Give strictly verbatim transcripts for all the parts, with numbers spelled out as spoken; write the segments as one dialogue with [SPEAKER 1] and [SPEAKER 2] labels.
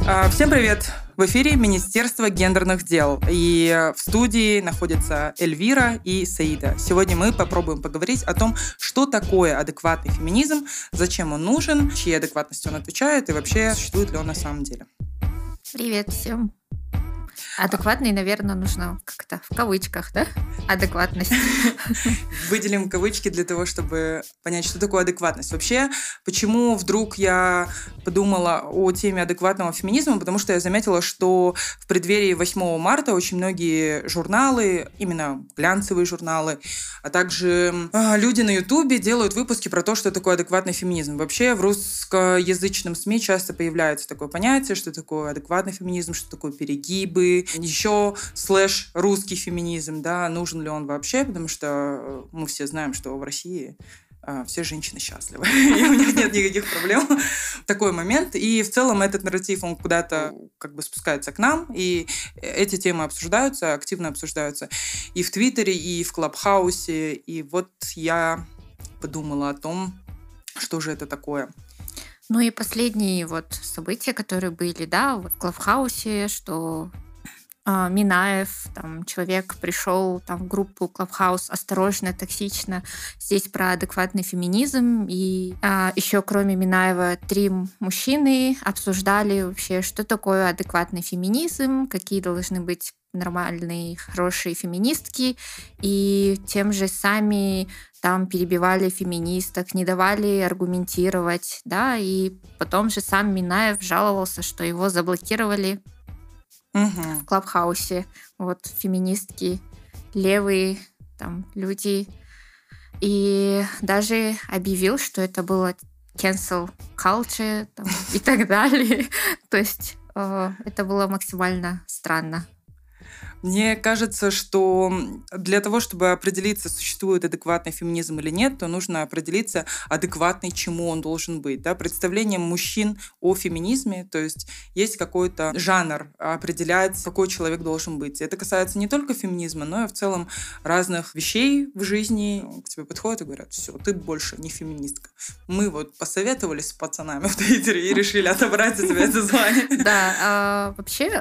[SPEAKER 1] А, Всем привет! В эфире Министерство гендерных дел. И в студии находятся Эльвира и Саида. Сегодня мы попробуем поговорить о том, что такое адекватный феминизм, зачем он нужен, чьей адекватности он отвечает и вообще существует ли он на самом деле.
[SPEAKER 2] Привет всем. Адекватный, наверное, нужно как-то в кавычках, да? Адекватность.
[SPEAKER 1] Выделим кавычки для того, чтобы понять, что такое адекватность. Вообще, почему вдруг я подумала о теме адекватного феминизма? Потому что я заметила, что в преддверии восьмого марта очень многие журналы, именно глянцевые журналы, а также э, люди на Ютубе делают выпуски про то, что такое адекватный феминизм. Вообще в русскоязычном СМИ часто появляется такое понятие, что такое адекватный феминизм, что такое перегибы, еще слэш русский феминизм, да, нужен ли он вообще, потому что мы все знаем, что в России э, все женщины счастливы, и у них нет никаких проблем. Такой момент. И в целом этот нарратив, он куда-то как бы спускается к нам, и эти темы обсуждаются, активно обсуждаются и в Твиттере, и в Клабхаусе. И вот я подумала о том, что же это такое.
[SPEAKER 2] Ну и последние вот события, которые были, да, в Клабхаусе, что а, Минаев, там, человек пришел там, в группу Клабхаус «Осторожно, токсично». Здесь про адекватный феминизм. И а, еще кроме Минаева три мужчины обсуждали вообще, что такое адекватный феминизм, какие должны быть нормальные, хорошие феминистки. И тем же сами там перебивали феминисток, не давали аргументировать, да, и потом же сам Минаев жаловался, что его заблокировали
[SPEAKER 1] Угу.
[SPEAKER 2] в Клабхаусе. Вот феминистки, левые там люди. И даже объявил, что это было cancel culture там, и так далее. То есть э, это было максимально странно.
[SPEAKER 1] Мне кажется, что для того, чтобы определиться, существует адекватный феминизм или нет, то нужно определиться, адекватный чему он должен быть. Да? Представление мужчин о феминизме, то есть есть какой-то жанр, определяет, какой человек должен быть. Это касается не только феминизма, но и в целом разных вещей в жизни. К тебе подходят и говорят: все, ты больше не феминистка. Мы вот посоветовались с пацанами в Твиттере и решили отобрать у тебя это звание.
[SPEAKER 2] Да, вообще...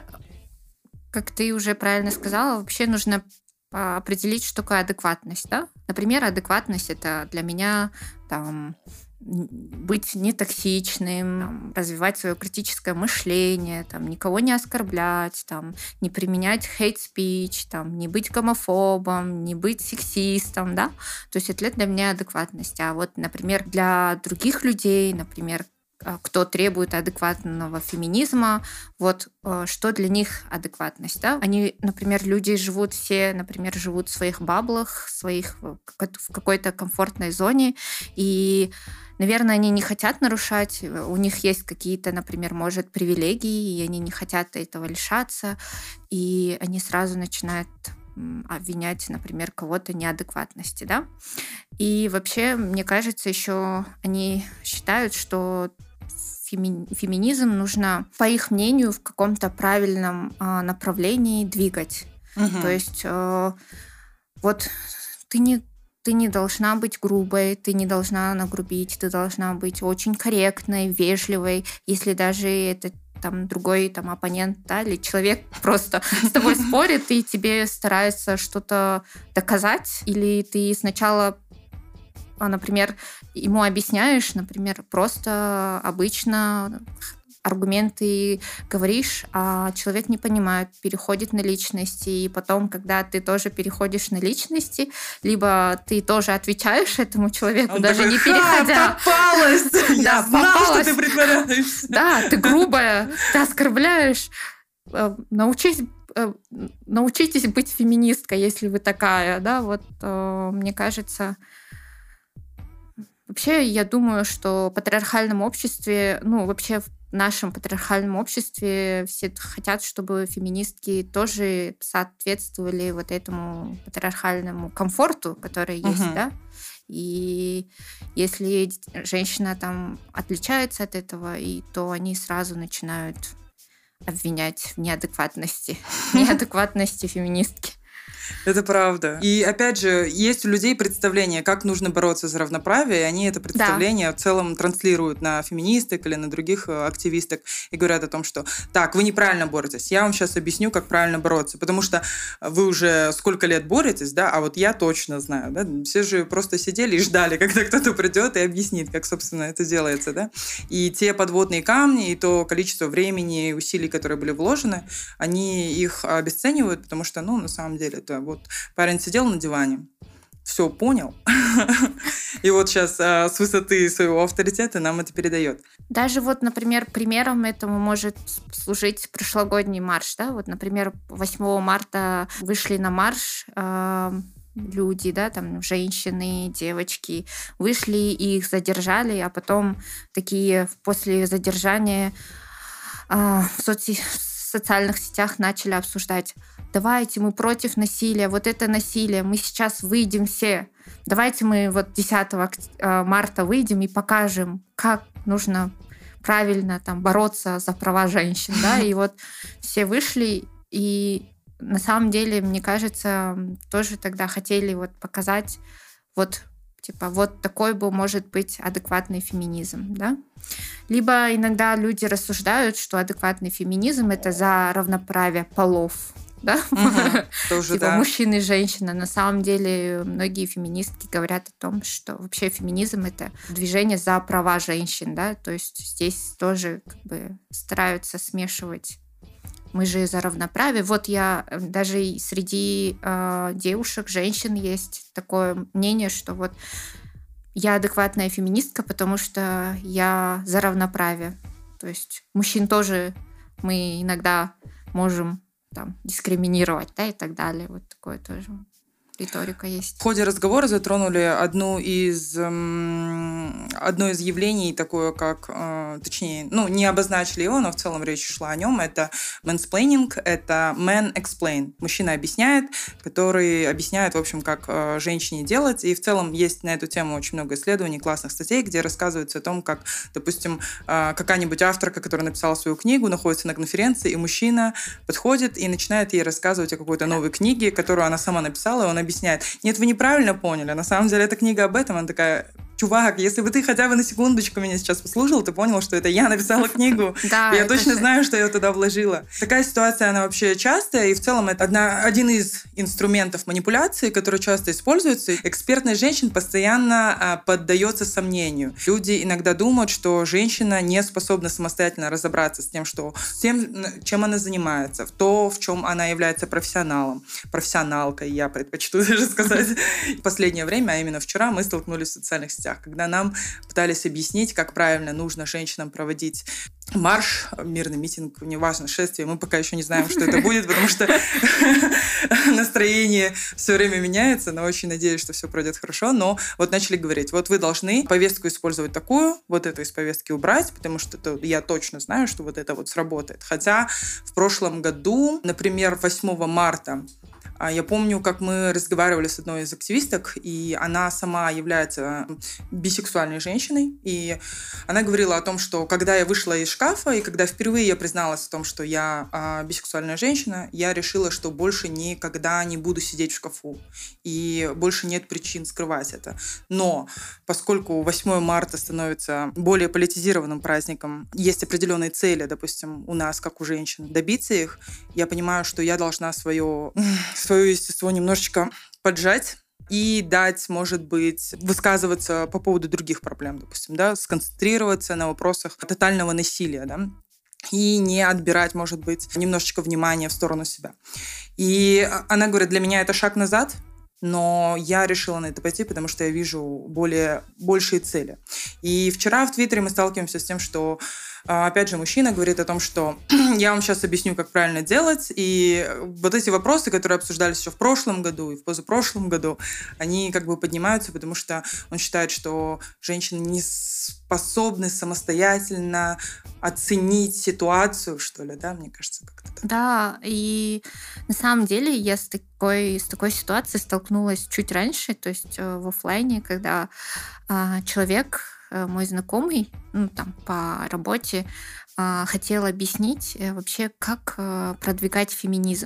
[SPEAKER 2] Как ты уже правильно сказала, вообще нужно определить, что такое адекватность. Да? Например, адекватность — это для меня там, быть нетоксичным, там, развивать свое критическое мышление, там, никого не оскорблять, там, не применять hate speech, там, не быть гомофобом, не быть сексистом. Да? То есть это для меня адекватность. А вот, например, для других людей, например, кто требует адекватного феминизма, вот что для них адекватность. Да? Они, например, люди живут все, например, живут в своих баблах, своих, в какой-то комфортной зоне, и, наверное, они не хотят нарушать, у них есть какие-то, например, может, привилегии, и они не хотят этого лишаться, и они сразу начинают обвинять, например, кого-то неадекватности, да. И вообще, мне кажется, еще они считают, что феми- феминизм нужно, по их мнению, в каком-то правильном а, направлении двигать.
[SPEAKER 1] Угу.
[SPEAKER 2] То есть а, вот ты не ты не должна быть грубой, ты не должна нагрубить, ты должна быть очень корректной, вежливой, если даже это там другой там оппонент, да, или человек просто с тобой спорит и тебе старается что-то доказать, или ты сначала, например, ему объясняешь, например, просто обычно аргументы говоришь, а человек не понимает, переходит на личности, и потом, когда ты тоже переходишь на личности, либо ты тоже отвечаешь этому человеку,
[SPEAKER 1] Он
[SPEAKER 2] даже
[SPEAKER 1] такой:
[SPEAKER 2] не переходя.
[SPEAKER 1] Попалась! Я
[SPEAKER 2] Да,
[SPEAKER 1] знал, что
[SPEAKER 2] попалась.
[SPEAKER 1] ты притворяешься.
[SPEAKER 2] Да, ты грубая, ты оскорбляешь. Э, Научись, э, научитесь быть феминисткой, если вы такая, да, вот э, мне кажется. Вообще, я думаю, что в патриархальном обществе, ну, вообще в нашем патриархальном обществе все хотят, чтобы феминистки тоже соответствовали вот этому патриархальному комфорту, который есть,
[SPEAKER 1] Мгм.
[SPEAKER 2] да. И если женщина там отличается от этого, и то они сразу начинают обвинять в неадекватности, неадекватности феминистки.
[SPEAKER 1] Это правда. И опять же, есть у людей представление, как нужно бороться за равноправие, и они это представление да. в целом транслируют на феминисток или на других активисток и говорят о том, что так, вы неправильно боретесь, я вам сейчас объясню, как правильно бороться, потому что вы уже сколько лет боретесь, да, а вот я точно знаю, да, все же просто сидели и ждали, когда кто-то придет и объяснит, как, собственно, это делается, да, и те подводные камни, и то количество времени и усилий, которые были вложены, они их обесценивают, потому что, ну, на самом деле, это вот парень сидел на диване, все понял, и вот сейчас с высоты своего авторитета нам это передает.
[SPEAKER 2] Даже вот, например, примером этому может служить прошлогодний марш, да, вот, например, восьмого марта вышли на марш э, люди, да, там, женщины, девочки, вышли, и их задержали, а потом такие после задержания э, в соцсетях в социальных сетях начали обсуждать: давайте мы против насилия, вот это насилие, мы сейчас выйдем все, давайте мы вот десятого марта выйдем и покажем, как нужно правильно там бороться за права женщин, да, и вот все вышли, и на самом деле, мне кажется, тоже тогда хотели вот показать вот типа, вот такой бы может быть адекватный феминизм, да? Либо иногда люди рассуждают, что адекватный феминизм — это за равноправие полов, да?
[SPEAKER 1] Угу, тоже,
[SPEAKER 2] типа
[SPEAKER 1] да.
[SPEAKER 2] мужчина и женщина. На самом деле многие феминистки говорят о том, что вообще феминизм — это движение за права женщин, да? То есть здесь тоже как бы стараются смешивать. Мы же за равноправие. Вот я даже и среди э, девушек, женщин есть такое мнение, что вот я адекватная феминистка, потому что я за равноправие. То есть мужчин тоже мы иногда можем там дискриминировать, да, и так далее. Вот такое тоже риторика есть.
[SPEAKER 1] В ходе разговора затронули одну из, эм, одно из явлений, такое как, э, точнее, ну, не обозначили его, но в целом речь шла о нем. Это mansplaining, это man explain. Мужчина объясняет, который объясняет, в общем, как э, женщине делать. И в целом есть на эту тему очень много исследований, классных статей, где рассказывается о том, как, допустим, э, какая-нибудь авторка, которая написала свою книгу, находится на конференции, и мужчина подходит и начинает ей рассказывать о какой-то новой книге, которую она сама написала, и он объясняет: нет, вы неправильно поняли, на самом деле эта книга об этом. Она такая: чувак, если бы ты хотя бы на секундочку меня сейчас послушал, ты понял, что это я написала книгу.
[SPEAKER 2] Да,
[SPEAKER 1] я точно
[SPEAKER 2] же...
[SPEAKER 1] знаю, что я туда вложила. Такая ситуация, она вообще частая, и в целом это одна, один из инструментов манипуляции, который часто используется. Экспертность женщин постоянно а, поддается сомнению. Люди иногда думают, что женщина не способна самостоятельно разобраться с тем, что, с тем, чем она занимается, в то, в чем она является профессионалом, профессионалкой, я предпочту даже сказать. В последнее время, а именно вчера, мы столкнулись в социальных сетях, когда нам пытались объяснить, как правильно нужно женщинам проводить марш, мирный митинг, неважно, шествие. Мы пока еще не знаем, что это будет, потому что настроение все время меняется, но очень надеюсь, что все пройдет хорошо. Но вот начали говорить: вот вы должны повестку использовать такую, вот эту из повестки убрать, потому что это, я точно знаю, что вот это вот сработает. Хотя в прошлом году, например, восьмого марта, я помню, как мы разговаривали с одной из активисток, и она сама является бисексуальной женщиной, и она говорила о том, что когда я вышла из шкафа, и когда впервые я призналась в том, что я а, бисексуальная женщина, я решила, что больше никогда не буду сидеть в шкафу, и больше нет причин скрывать это. Но поскольку восьмое марта становится более политизированным праздником, есть определенные цели, допустим, у нас, как у женщин, добиться их, я понимаю, что я должна свое... свое естество немножечко поджать и дать, может быть, высказываться по поводу других проблем, допустим, да, сконцентрироваться на вопросах тотального насилия, да, и не отбирать, может быть, немножечко внимания в сторону себя. И она говорит: для меня это шаг назад, но я решила на это пойти, потому что я вижу более, большие цели. И вчера в Твиттере мы сталкиваемся с тем, что опять же, мужчина говорит о том, что я вам сейчас объясню, как правильно делать, и вот эти вопросы, которые обсуждались еще в прошлом году и в позапрошлом году, они как бы поднимаются, потому что он считает, что женщины не способны самостоятельно оценить ситуацию, что ли, да, мне кажется, как-то так.
[SPEAKER 2] Да, и на самом деле я с такой, с такой ситуацией столкнулась чуть раньше, то есть в офлайне, когда а, человек, мой знакомый, ну, там, по работе, хотел объяснить вообще, как продвигать феминизм.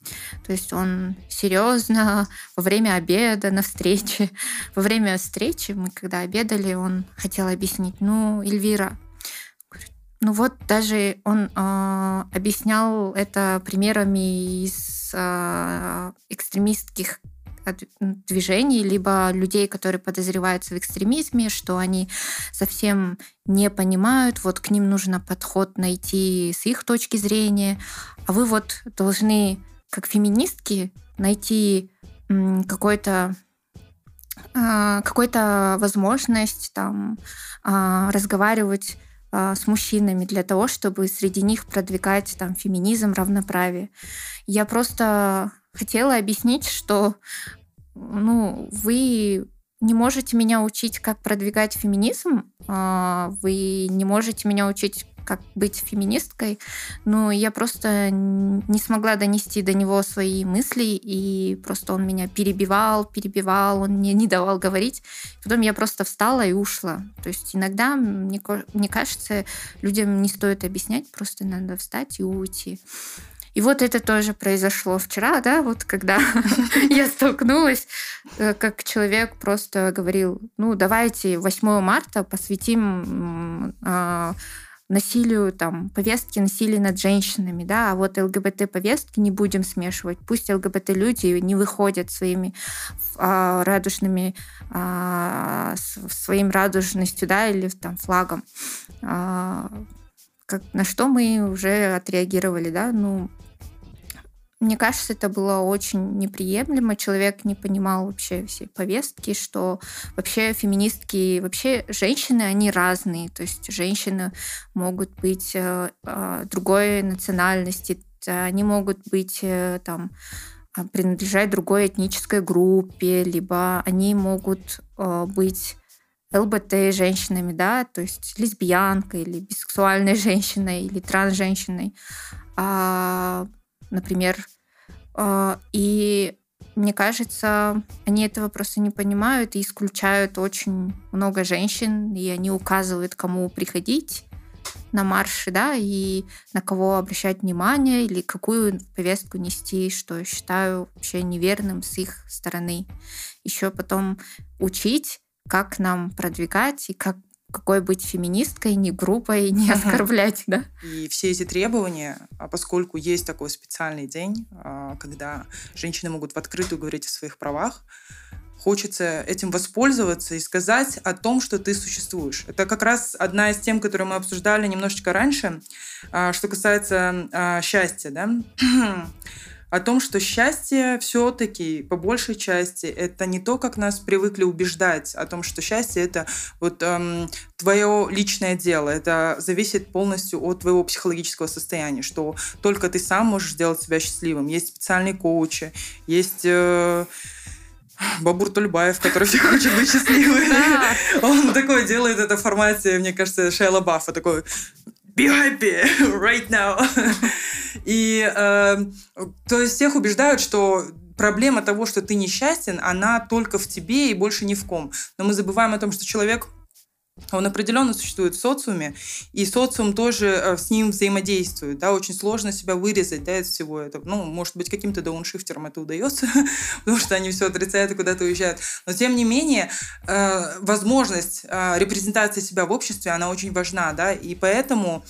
[SPEAKER 2] То есть он серьезно во время обеда на встрече, во время встречи мы когда обедали, он хотел объяснить, ну, Эльвира, ну вот даже он э, объяснял это примерами из э, экстремистских движений, либо людей, которые подозреваются в экстремизме, что они совсем не понимают, вот к ним нужно подход найти с их точки зрения, а вы вот должны, как феминистки, найти какой-то какой-то возможность там разговаривать с мужчинами для того, чтобы среди них продвигать там феминизм, равноправие. Я просто хотела объяснить, что ну, вы не можете меня учить, как продвигать феминизм, вы не можете меня учить, как быть феминисткой, но я просто не смогла донести до него свои мысли, и просто он меня перебивал, перебивал, он мне не давал говорить. Потом я просто встала и ушла. То есть иногда, мне, мне кажется, людям не стоит объяснять, просто надо встать и уйти. И вот это тоже произошло вчера, да, вот когда я столкнулась, как человек просто говорил, ну, давайте восьмое марта посвятим э, насилию, там, повестки насилия над женщинами, да, а вот ЛГБТ-повестки не будем смешивать. Пусть ЛГБТ-люди не выходят своими э, радужными, э, своим радужностью, да, или там флагом. Э, как, на что мы уже отреагировали, да, ну, мне кажется, это было очень неприемлемо. Человек не понимал вообще все повестки, что вообще феминистки, вообще женщины, они разные. То есть женщины могут быть э, э, другой национальности, они могут быть э, там, принадлежать другой этнической группе, либо они могут э, быть ЛГБТ-женщинами, да, то есть лесбиянкой или бисексуальной женщиной или транс-женщиной. А, например. И мне кажется, они этого просто не понимают и исключают очень много женщин, и они указывают, кому приходить на марши, да, и на кого обращать внимание или какую повестку нести, что я считаю вообще неверным с их стороны. Еще потом учить, как нам продвигать и как какой быть феминисткой, не грубой, не оскорблять, да?
[SPEAKER 1] И все эти требования, поскольку есть такой специальный день, когда женщины могут в открытую говорить о своих правах, хочется этим воспользоваться и сказать о том, что ты существуешь. Это как раз одна из тем, которую мы обсуждали немножечко раньше, что касается счастья, да? О том, что счастье все-таки, по большей части, это не то, как нас привыкли убеждать, о том, что счастье — это вот эм, твое личное дело, это зависит полностью от твоего психологического состояния, что только ты сам можешь сделать себя счастливым. Есть специальные коучи, есть... Э, Бабур Тульбаев, который все хочет быть счастливым. Он такое делает это в формате, мне кажется, Шайа Лабафа, такой... Be happy right now. И э, то есть всех убеждают, что проблема того, что ты несчастен, она только в тебе и больше ни в ком. Но мы забываем о том, что человек, он определенно существует в социуме, и социум тоже с ним взаимодействует. Да? Очень сложно себя вырезать, да, из всего этого. Ну, может быть, каким-то дауншифтерам это удается, потому что они все отрицают и куда-то уезжают. Но, тем не менее, возможность репрезентации себя в обществе, она очень важна. Да? И поэтому,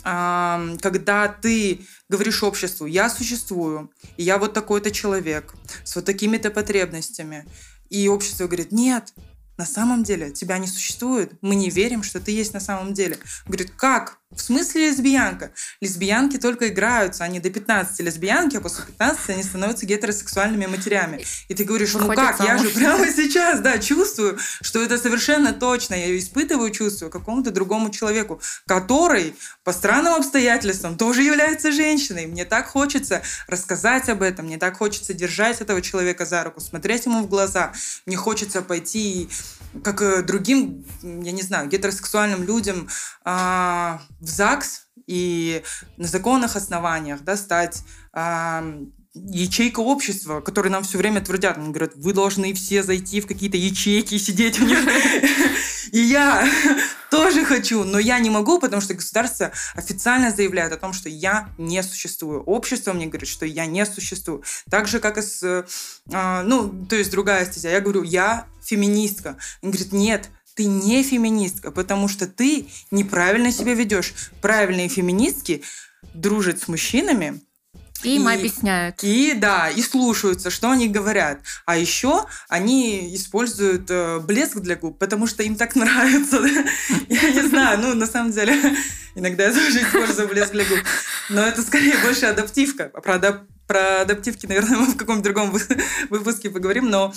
[SPEAKER 1] когда ты говоришь обществу, я существую, и я вот такой-то человек с вот такими-то потребностями, и общество говорит, нет, на самом деле тебя не существует, мы не верим, что ты есть на самом деле. Говорит, как? В смысле лесбиянка? Лесбиянки только играются, они до пятнадцати лесбиянки, а после пятнадцати они становятся гетеросексуальными матерями. И ты говоришь, ну как, я же прямо сейчас, да, чувствую, что это совершенно точно, я испытываю чувство какому-то другому человеку, который по странным обстоятельствам тоже является женщиной. Мне так хочется рассказать об этом, мне так хочется держать этого человека за руку, смотреть ему в глаза, мне хочется пойти, как другим, я не знаю, гетеросексуальным людям а, в ЗАГС и на законных основаниях, да, стать а, ячейкой общества, которые нам все время твердят. Они говорят, вы должны все зайти в какие-то ячейки и сидеть в них. И я тоже хочу, но я не могу, потому что государство официально заявляет о том, что я не существую. Общество мне говорит, что я не существую. Так же, как и с... Э, ну, то есть другая стезя. Я говорю, я феминистка. Он говорит, нет, ты не феминистка, потому что ты неправильно себя ведешь. Правильные феминистки дружат с мужчинами,
[SPEAKER 2] И им объясняют.
[SPEAKER 1] И да, и слушаются, что они говорят. А еще они используют э, блеск для губ, потому что им так нравится. Я не знаю, ну, на самом деле, иногда я тоже использую блеск для губ. Но это скорее больше адаптивка. Про, адап- про адаптивки, наверное, мы в каком-то другом выпуске поговорим. Но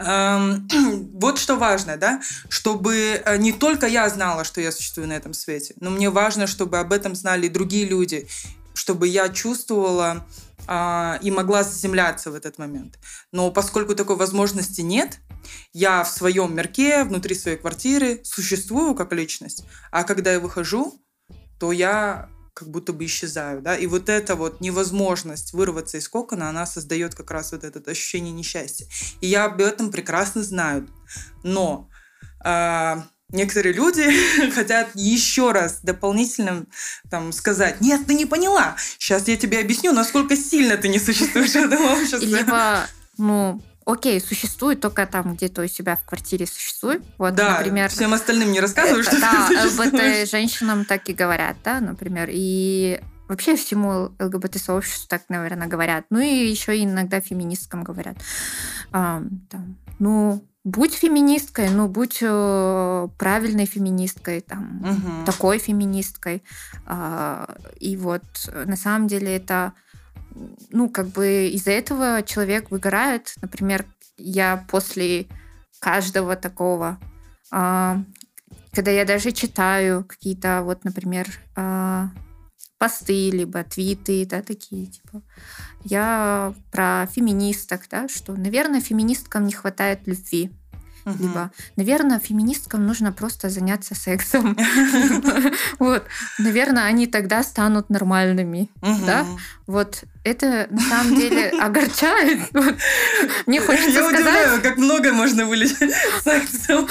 [SPEAKER 1] эм, вот что важно, да, чтобы не только я знала, что я существую на этом свете, но мне важно, чтобы об этом знали и другие люди, чтобы я чувствовала а, и могла заземляться в этот момент. Но поскольку такой возможности нет, я в своем мирке, внутри своей квартиры существую как личность, а когда я выхожу, то я как будто бы исчезаю. Да? И вот эта вот невозможность вырваться из кокона, она создает как раз вот это ощущение несчастья. И я об этом прекрасно знаю. Но... А, некоторые люди хотят еще раз дополнительно там, сказать, нет, ты не поняла, сейчас я тебе объясню, насколько сильно ты не существуешь в этом обществе.
[SPEAKER 2] Либо, ну, окей, существует только там где-то у себя в квартире существует. Вот,
[SPEAKER 1] да,
[SPEAKER 2] например,
[SPEAKER 1] всем остальным не рассказывай, что
[SPEAKER 2] да,
[SPEAKER 1] ты существуешь.
[SPEAKER 2] ЛГБТ женщинам так и говорят, да, например, и вообще всему ЛГБТ-сообществу так, наверное, говорят. Ну и еще иногда феминисткам говорят. А, там, ну, будь феминисткой, ну, будь э, правильной феминисткой, там, угу. такой феминисткой. А, и вот на самом деле это, ну, как бы из-за этого человек выгорает. Например, я после каждого такого, а, когда я даже читаю какие-то, вот, например, а, посты, либо твиты, да, такие, типа, я про феминисток, да, что, наверное, феминисткам не хватает любви. Uh-huh. Либо, наверное, феминисткам нужно просто заняться сексом. Вот. Наверное, они тогда станут нормальными. Да? Вот это на самом деле огорчает. Мне хочется сказать...
[SPEAKER 1] Я удивляю, как много можно вылечить сексом.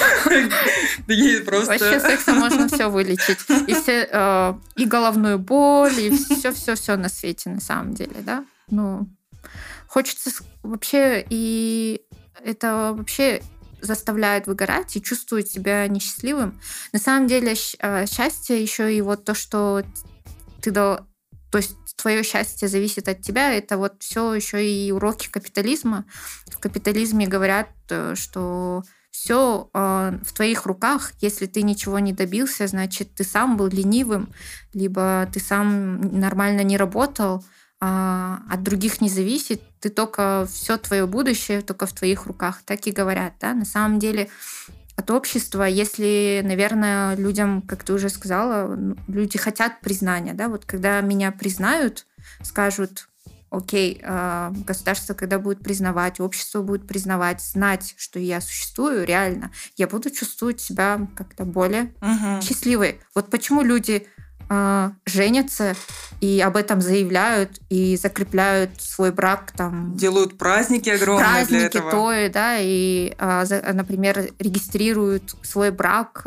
[SPEAKER 2] Вообще сексом можно все вылечить. И, все, и головную боль, и все-все-все на свете на самом деле. Да? Ну, хочется вообще... И это вообще... заставляет выгорать и чувствовать себя несчастливым. На самом деле счастье еще и вот то, что ты дал, то есть твое счастье зависит от тебя, это вот все еще и уроки капитализма. В капитализме говорят, что все в твоих руках. Если ты ничего не добился, значит, ты сам был ленивым, либо ты сам нормально не работал, а от других не зависит, ты только все твое будущее только в твоих руках, так и говорят, да. На самом деле от общества, если, наверное, людям, как ты уже сказала, люди хотят признания, да, вот когда меня признают, скажут, окей, государство когда будет признавать, общество будет признавать, знать, что я существую, реально, я буду чувствовать себя как-то более угу. счастливой. Вот почему люди женятся и об этом заявляют и закрепляют свой брак там,
[SPEAKER 1] делают праздники огромные
[SPEAKER 2] праздники,
[SPEAKER 1] для этого.
[SPEAKER 2] то, да, и, например, регистрируют свой брак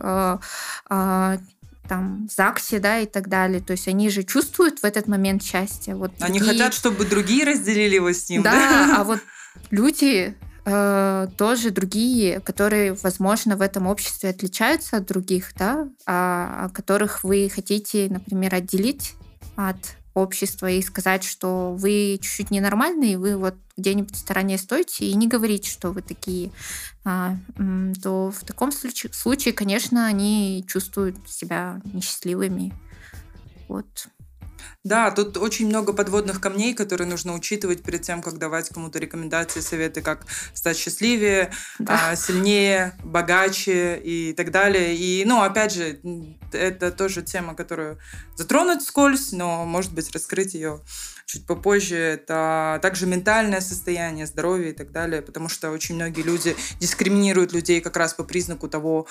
[SPEAKER 2] там, в ЗАГСе, да, и так далее. То есть они же чувствуют в этот момент счастье. Вот
[SPEAKER 1] они
[SPEAKER 2] другие...
[SPEAKER 1] хотят, чтобы другие разделили его с ним.
[SPEAKER 2] Да,
[SPEAKER 1] да?
[SPEAKER 2] А вот люди тоже другие, которые, возможно, в этом обществе отличаются от других, да, а, которых вы хотите, например, отделить от общества и сказать, что вы чуть-чуть ненормальные, вы вот где-нибудь в стороне стойте и не говорите, что вы такие, а, то в таком случае, случае, конечно, они чувствуют себя несчастливыми. Вот.
[SPEAKER 1] Да, тут очень много подводных камней, которые нужно учитывать перед тем, как давать кому-то рекомендации, советы, как стать счастливее, да. сильнее, богаче и так далее. И, ну, опять же, это тоже тема, которую затронуть вскользь, но, может быть, раскрыть ее чуть попозже. Это также ментальное состояние, здоровье и так далее, потому что очень многие люди дискриминируют людей как раз по признаку того,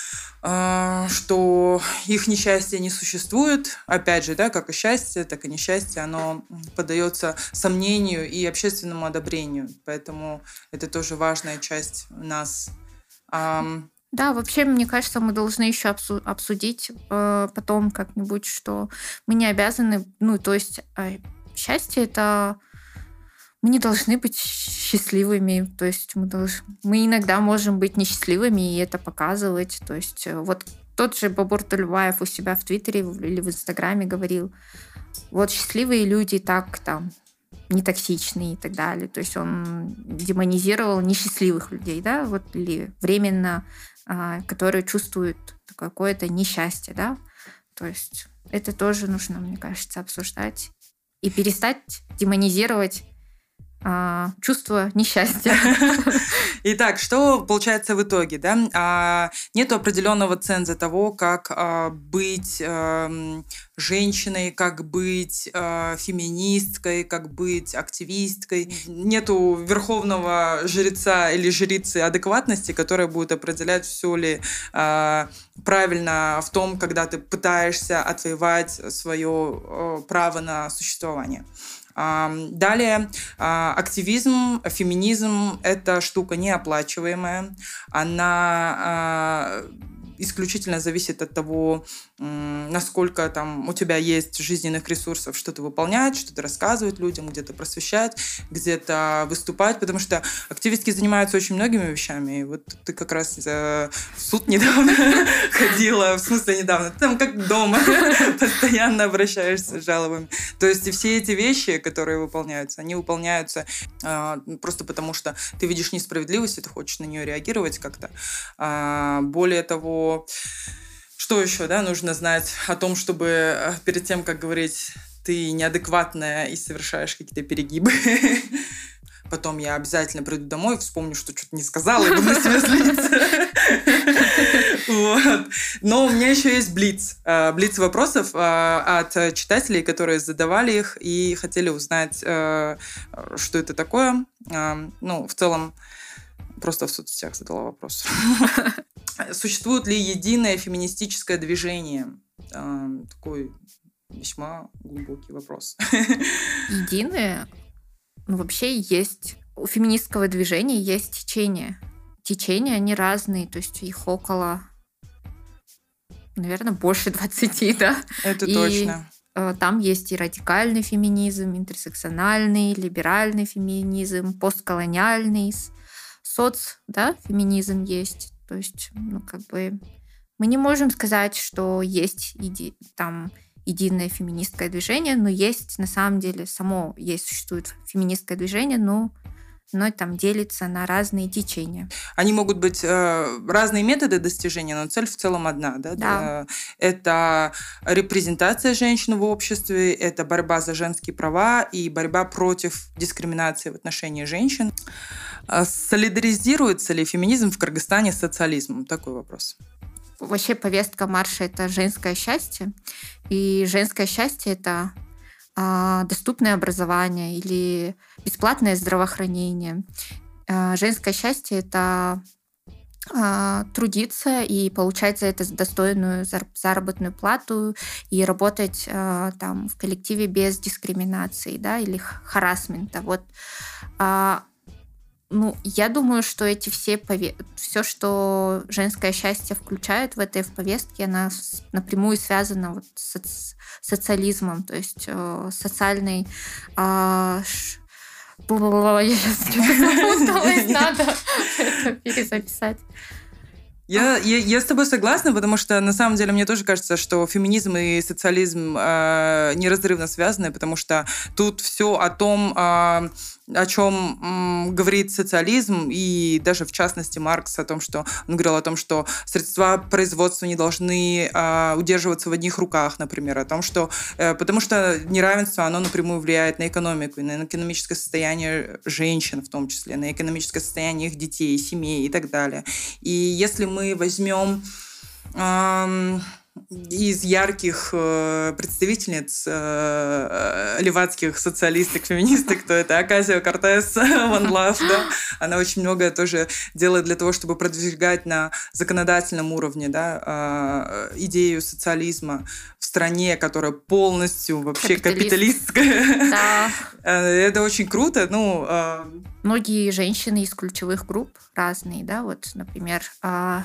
[SPEAKER 1] что их несчастье не существует. Опять же, да, как и счастье, так и несчастье, оно поддается сомнению и общественному одобрению. Поэтому это тоже важная часть нас.
[SPEAKER 2] Да, вообще, мне кажется, мы должны еще обсу- обсудить э, потом как-нибудь, что мы не обязаны, ну, то есть э, счастье это мы не должны быть счастливыми, то есть мы, долж... мы иногда можем быть несчастливыми и это показывать, то есть э, вот тот же Бабур Тульваев у себя в Твиттере или в Инстаграме говорил, вот счастливые люди так там нетоксичные и так далее, то есть он демонизировал несчастливых людей, да, вот или временно которые чувствуют какое-то несчастье, да, то есть это тоже нужно, мне кажется, обсуждать и перестать демонизировать а, чувство несчастья.
[SPEAKER 1] Итак, что получается в итоге, да? А, нету определенного ценза того, как а, быть а, женщиной, как быть а, феминисткой, как быть активисткой. Нету верховного жреца или жрицы адекватности, которая будет определять, все ли а, правильно в том, когда ты пытаешься отвоевать свое а, право на существование. Далее, активизм, феминизм – это штука неоплачиваемая. Она исключительно зависит от того, насколько там у тебя есть жизненных ресурсов что-то выполнять, что-то рассказывать людям, где-то просвещать, где-то выступать, потому что активистки занимаются очень многими вещами. И вот ты как раз в суд недавно ходила, в смысле недавно, ты там как дома постоянно обращаешься с жалобами. То есть и все эти вещи, которые выполняются, они выполняются просто потому, что ты видишь несправедливость, и ты хочешь на нее реагировать как-то. Более того, что еще, да, нужно знать о том, чтобы перед тем, как говорить, ты неадекватная и совершаешь какие-то перегибы. Потом я обязательно приду домой, вспомню, что что-то не сказала, и буду на себя злиться. Вот. Но у меня еще есть блиц. Блиц вопросов от читателей, которые задавали их и хотели узнать, что это такое. Ну, в целом, просто в соцсетях задала вопрос. Существует ли единое феминистическое движение? Такой весьма глубокий вопрос.
[SPEAKER 2] Единое? Ну, вообще есть. У феминистского движения есть течения. Течения, они разные, то есть их около, наверное, больше двадцати, да?
[SPEAKER 1] Это
[SPEAKER 2] и
[SPEAKER 1] точно.
[SPEAKER 2] Там есть и радикальный феминизм, интерсекциональный, либеральный феминизм, постколониальный, соц, да, феминизм есть. То есть, ну, как бы мы не можем сказать, что есть иди, там единое феминистское движение, но есть, на самом деле, само есть, существует феминистское движение, но но там делится на разные течения.
[SPEAKER 1] Они могут быть э, разные методы достижения, но цель в целом одна. Да?
[SPEAKER 2] Да.
[SPEAKER 1] Это репрезентация женщин в обществе, это борьба за женские права и борьба против дискриминации в отношении женщин. Солидаризируется ли феминизм в Кыргызстане с социализмом? Такой вопрос.
[SPEAKER 2] Вообще повестка марша – это женское счастье. И женское счастье – это доступное образование или бесплатное здравоохранение. Женское счастье – это трудиться и получать за это достойную заработную плату и работать там, в коллективе без дискриминации, да, или харассмента. Вот. Ну, я думаю, что эти все пове... все, что женское счастье включает в этой в повестке, она напрямую связана вот с соци... социализмом, то есть э, социальный... Э, ш... Я сейчас что-то запуталась, надо это перезаписать.
[SPEAKER 1] Я, я, я с тобой согласна, потому что на самом деле мне тоже кажется, что феминизм и социализм э, неразрывно связаны, потому что тут все о том, э, о чем э, говорит социализм, и даже в частности Маркс о том, что он говорил о том, что средства производства не должны э, удерживаться в одних руках, например, о том, что э, потому что неравенство, оно напрямую влияет на экономику, на экономическое состояние женщин в том числе, на экономическое состояние их детей, семей и так далее. И если мы возьмем эм, из ярких э, представительниц э, левацких социалисток, феминисток, то это Окасио-Кортес, One Love, да? Она очень многое тоже делает для того, чтобы продвигать на законодательном уровне, да, э, идею социализма в стране, которая полностью вообще
[SPEAKER 2] Капиталист.
[SPEAKER 1] капиталистская.
[SPEAKER 2] Да.
[SPEAKER 1] Это очень круто. Ну, э...
[SPEAKER 2] Многие женщины из ключевых групп разные, да, вот, например,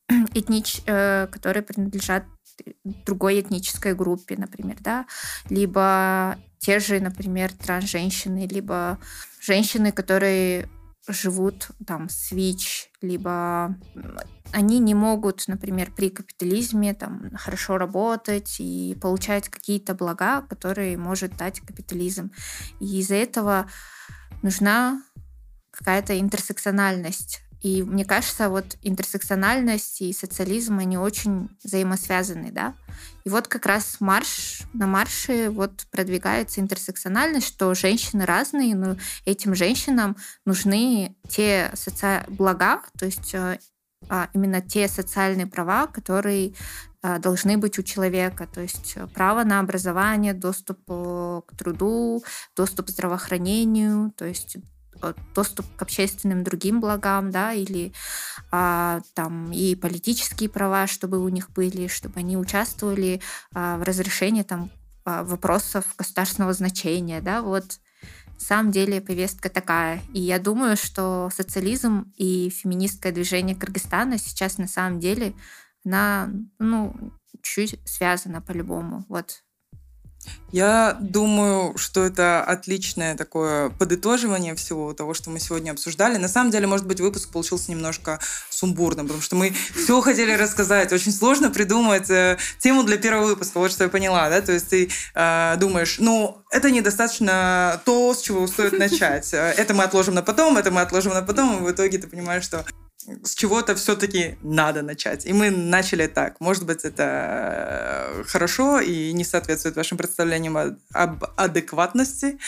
[SPEAKER 2] этнич, э, которые принадлежат другой этнической группе, например, да, либо те же, например, трансженщины, либо женщины, которые живут там с ВИЧ, либо они не могут, например, при капитализме там хорошо работать и получать какие-то блага, которые может дать капитализм. И из-за этого нужна какая-то интерсекциональность. И мне кажется, вот интерсекциональность и социализм, они очень взаимосвязаны, да. И вот как раз марш, на марше вот продвигается интерсекциональность, что женщины разные, но этим женщинам нужны те соци... блага, то есть а, именно те социальные права, которые а, должны быть у человека, то есть право на образование, доступ к труду, доступ к здравоохранению, то есть доступ к общественным другим благам, да, или а, там и политические права, чтобы у них были, чтобы они участвовали а, в разрешении там вопросов государственного значения, да, вот. На самом деле повестка такая. И я думаю, что социализм и феминистское движение Кыргызстана сейчас на самом деле, она, ну, чуть связана по-любому, вот.
[SPEAKER 1] Я думаю, что это отличное такое подытоживание всего того, что мы сегодня обсуждали. На самом деле, может быть, выпуск получился немножко сумбурным, потому что мы все хотели рассказать. Очень сложно придумать э, тему для первого выпуска. Вот что я поняла, да? То есть ты э, думаешь, ну, это недостаточно то, с чего стоит начать. Это мы отложим на потом, это мы отложим на потом, и в итоге ты понимаешь, что с чего-то все-таки надо начать. И мы начали так. Может быть, это хорошо и не соответствует вашим представлениям об адекватности.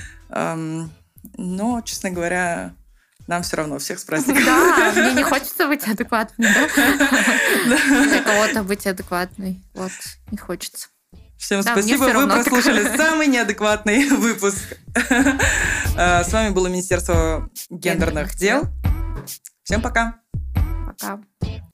[SPEAKER 1] Но, честно говоря, нам все равно. Всех с праздником.
[SPEAKER 2] Да, мне не хочется быть адекватной, да? Для кого-то быть адекватной. Вот, не хочется.
[SPEAKER 1] Всем да, спасибо. Вы прослушали такое. Самый неадекватный выпуск. С вами было Министерство гендерных, гендерных дел. дел. Всем пока.
[SPEAKER 2] Пока.